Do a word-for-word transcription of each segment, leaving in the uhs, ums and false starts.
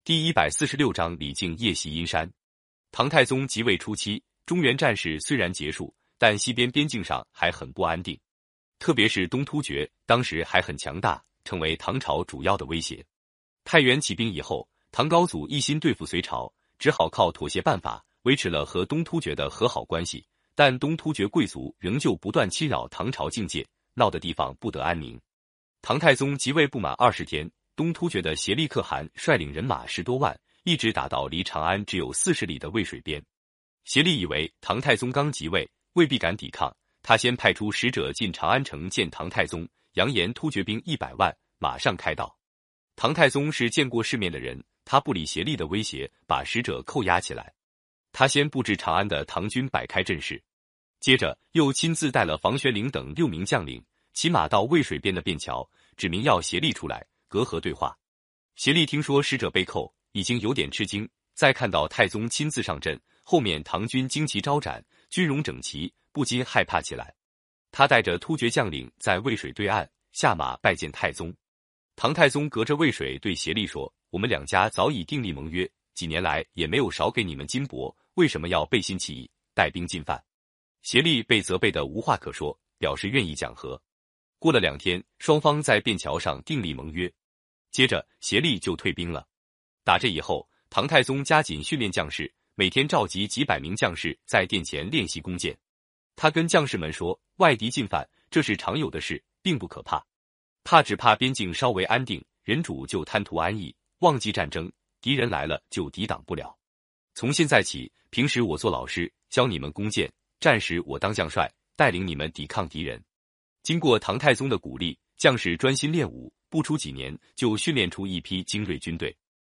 第一百四十六章李靖夜袭阴山。唐太宗即位初期，中原战事虽然结束，但西边边境上还很不安定，特别是东突厥，当时还很强大，成为唐朝主要的威胁。太原起兵以后，唐高祖一心对付隋朝，只好靠妥协办法维持了和东突厥的和好关系，但东突厥贵族仍旧不断侵扰唐朝境界，闹得地方不得安宁。唐太宗即位不满二十天，东突厥的协力可汗率领人马十多万，一直打到离长安只有四十里的渭水边。协力以为唐太宗刚即位，未必敢抵抗，他先派出使者进长安城见唐太宗，扬言突厥兵一百万，马上开道。唐太宗是见过世面的人，他不理协力的威胁，把使者扣押起来。他先布置长安的唐军摆开阵势，接着又亲自带了房玄龄等六名将领，骑马到渭水边的便桥，指明要协力出来隔河对话。协力听说使者被扣，已经有点吃惊，再看到太宗亲自上阵，后面唐军旌旗招展，军容整齐，不禁害怕起来。他带着突厥将领在渭水对岸下马拜见太宗。唐太宗隔着渭水对协力说：“我们两家早已订立盟约，几年来也没有少给你们金帛，为什么要背信弃义，带兵进犯？”协力被责备得无话可说，表示愿意讲和。过了两天，双方在便桥上订立盟约，接着协力就退兵了。打这以后，唐太宗加紧训练将士，每天召集几百名将士在殿前练习弓箭。他跟将士们说，外敌进犯，这是常有的事，并不可怕。怕只怕边境稍微安定，人主就贪图安逸，忘记战争，敌人来了就抵挡不了。从现在起，平时我做老师，教你们弓箭，战时我当将帅，带领你们抵抗敌人。经过唐太宗的鼓励，将士专心练武，不出几年就训练出一批精锐军队。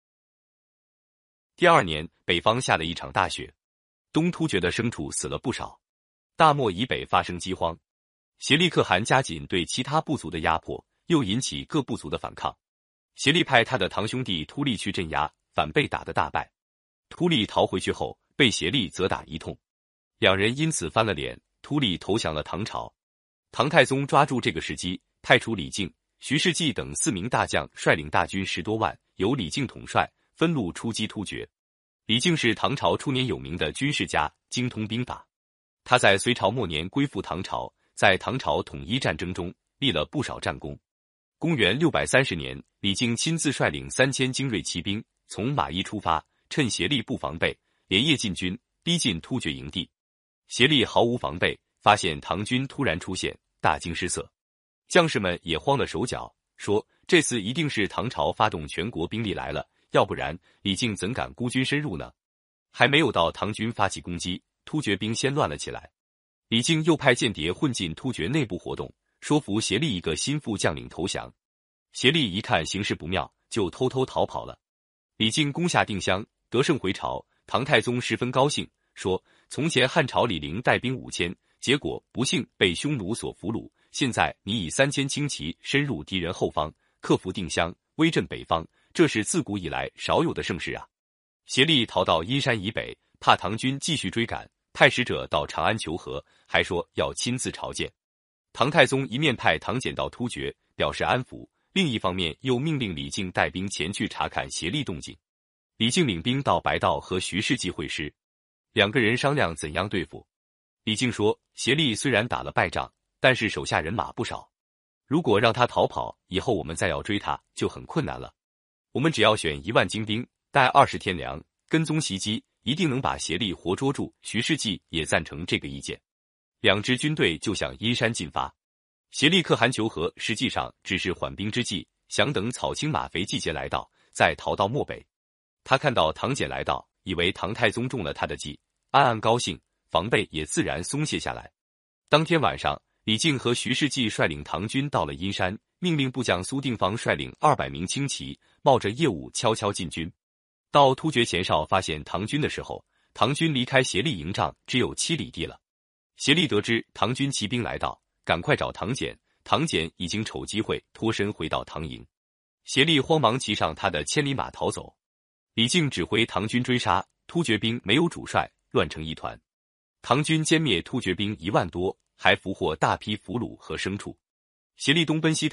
第二年，北方下了一场大雪，东突厥的牲畜死了不少，大漠以北发生饥荒。协力可汗加紧对其他部族的压迫，又引起各部族的反抗。协力派他的堂兄弟突利去镇压，反被打得大败。突利逃回去后，被协力责打一通，两人因此翻了脸，突利投降了唐朝。唐太宗抓住这个时机，派出李靖、徐世绩等四名大将，率领大军十多万，由李靖统帅，分路出击突厥。李靖是唐朝初年有名的军事家，精通兵法。他在隋朝末年归附唐朝，在唐朝统一战争中立了不少战功。公元六百三十年，李靖亲自率领三千精锐骑兵从马邑出发，趁协力不防备，连夜进军，逼近突厥营地。协力毫无防备，发现唐军突然出现，大惊失色，将士们也慌了手脚，说这次一定是唐朝发动全国兵力来了，要不然李靖怎敢孤军深入呢？还没有到唐军发起攻击，突厥兵先乱了起来。李靖又派间谍混进突厥内部活动，说服协力一个心腹将领投降。协力一看形势不妙，就偷偷逃跑了。李靖攻下定襄，得胜回朝，唐太宗十分高兴，说从前汉朝李陵带兵五千，结果不幸被匈奴所俘虏，现在你以三千轻骑深入敌人后方，克服定襄，威震北方，这是自古以来少有的盛事啊！协力逃到阴山以北，怕唐军继续追赶，派使者到长安求和，还说要亲自朝见。唐太宗一面派唐俭到突厥表示安抚，另一方面又命令李靖带兵前去查看协力动静。李靖领兵到白道和徐世绩会师，两个人商量怎样对付。李靖说，协力虽然打了败仗，但是手下人马不少，如果让他逃跑，以后我们再要追他就很困难了。我们只要选一万精兵，带二十天粮，跟踪袭击，一定能把协力活捉住。徐世绩也赞成这个意见。两支军队就向阴山进发。协力可汗求和，实际上只是缓兵之计，想等草青马肥季节来到，再逃到漠北。他看到唐俭来到，以为唐太宗中了他的计，暗暗高兴，防备也自然松懈下来。当天晚上，李靖和徐世绩率领唐军到了阴山，命令部将苏定方率领二百名轻骑，冒着夜雾悄悄进军。到突厥前哨发现唐军的时候，唐军离开协力营帐只有七里地了。协力得知唐军骑兵来到，赶快找唐俭，唐俭已经瞅机会脱身回到唐营。协力慌忙骑上他的千里马逃走。李靖指挥唐军追杀，突厥兵没有主帅，乱成一团。唐军歼灭突厥兵一万多，还俘获大批俘虏和牲畜。协力东奔西逃，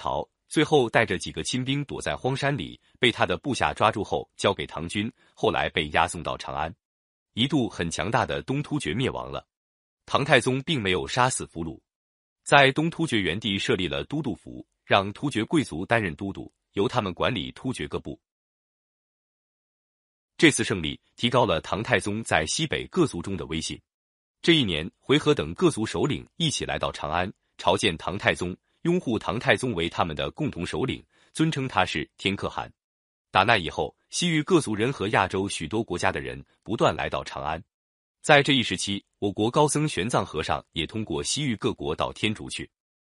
最后带着几个亲兵躲在荒山里，被他的部下抓住后交给唐军，后来被押送到长安。一度很强大的东突厥灭亡了。唐太宗并没有杀死俘虏，在东突厥原地设立了都督府，让突厥贵族担任都督，由他们管理突厥各部。这次胜利提高了唐太宗在西北各族中的威信。这一年，回纥等各族首领一起来到长安，朝见唐太宗，拥护唐太宗为他们的共同首领，尊称他是天可汗。打那以后，西域各族人和亚洲许多国家的人不断来到长安。在这一时期，我国高僧玄奘和尚也通过西域各国到天竺去。